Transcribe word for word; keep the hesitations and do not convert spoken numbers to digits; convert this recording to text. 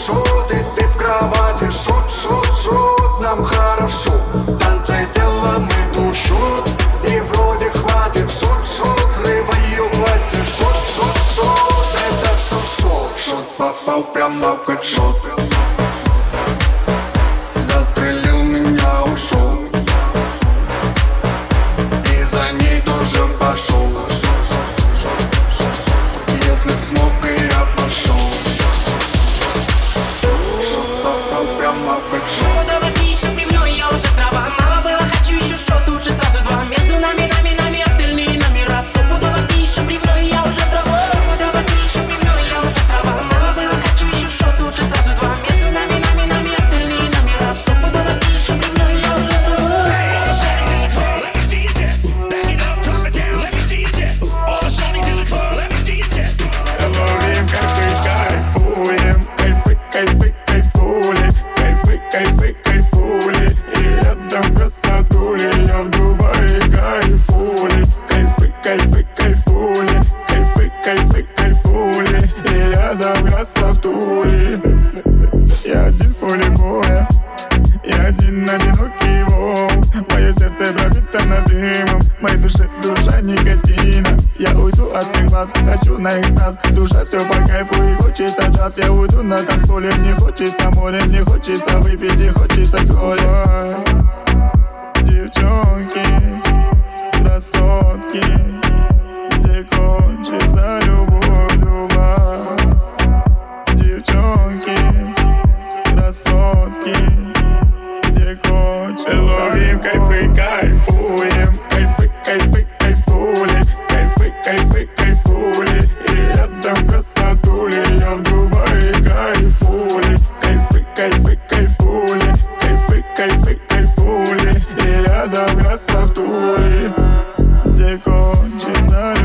шут, и ты в кровати. Шут, шут, шут, нам хорошо. Танцы телом идут, шут, и вроде хватит. Шут, шут, взрыва ее хватит. Шут, шут, шут, это все шут. Шут попал прямо в хедшот. Застрелил меня, ушел, и за ней тоже пошел. Если б смог, и я пошел. Шот попал прямо в хедшот. Доводи еще пивной, я уже трава. Мало было, хочу еще шот, лучше сразу два. Между нами, нами, нами отдельные номера. Стопудово ты еще пивной, я уже трава. Стопудово ты еще пивной, я уже трава. Мало было, хочу еще шот, лучше сразу два. Между нами, нами, нами отдельные номера. Стопудово ты еще пивной, я уже трава. Ловим кайфы, кайфуем. Кайфы, кайфы, кайфули. Кайфы, кайфы, кайфули. И рядом красотули. Я в Дубае кайфули. Кайфы, кайфы, кайфули. Кайфы, кайфы, кайфули. И рядом красотули. Я один в поле боя. Я один одинокий волк. Мое сердце пропитано дымом. В моей душе душа никотина. Я уйду от всех вас, хочу на экстаз. Душа все по кайфу и хочется джаз. Я уйду на танцполе, мне хочется море. Мне хочется выпить и хочется вскоре. Девчонки, красотки, где кончится любовь дуба. Девчонки, красотки, где кончится. Ловим кайфы, кайфуем. Кайфы, кайфы, кайфули. Кайфы, кайфы, кайфули. И рядом красотули. Я в Дубае кайфули. Кайфы, кайфы, кайфули. Кайфы, кайфы, кайфули. И рядом красотули. Где кончится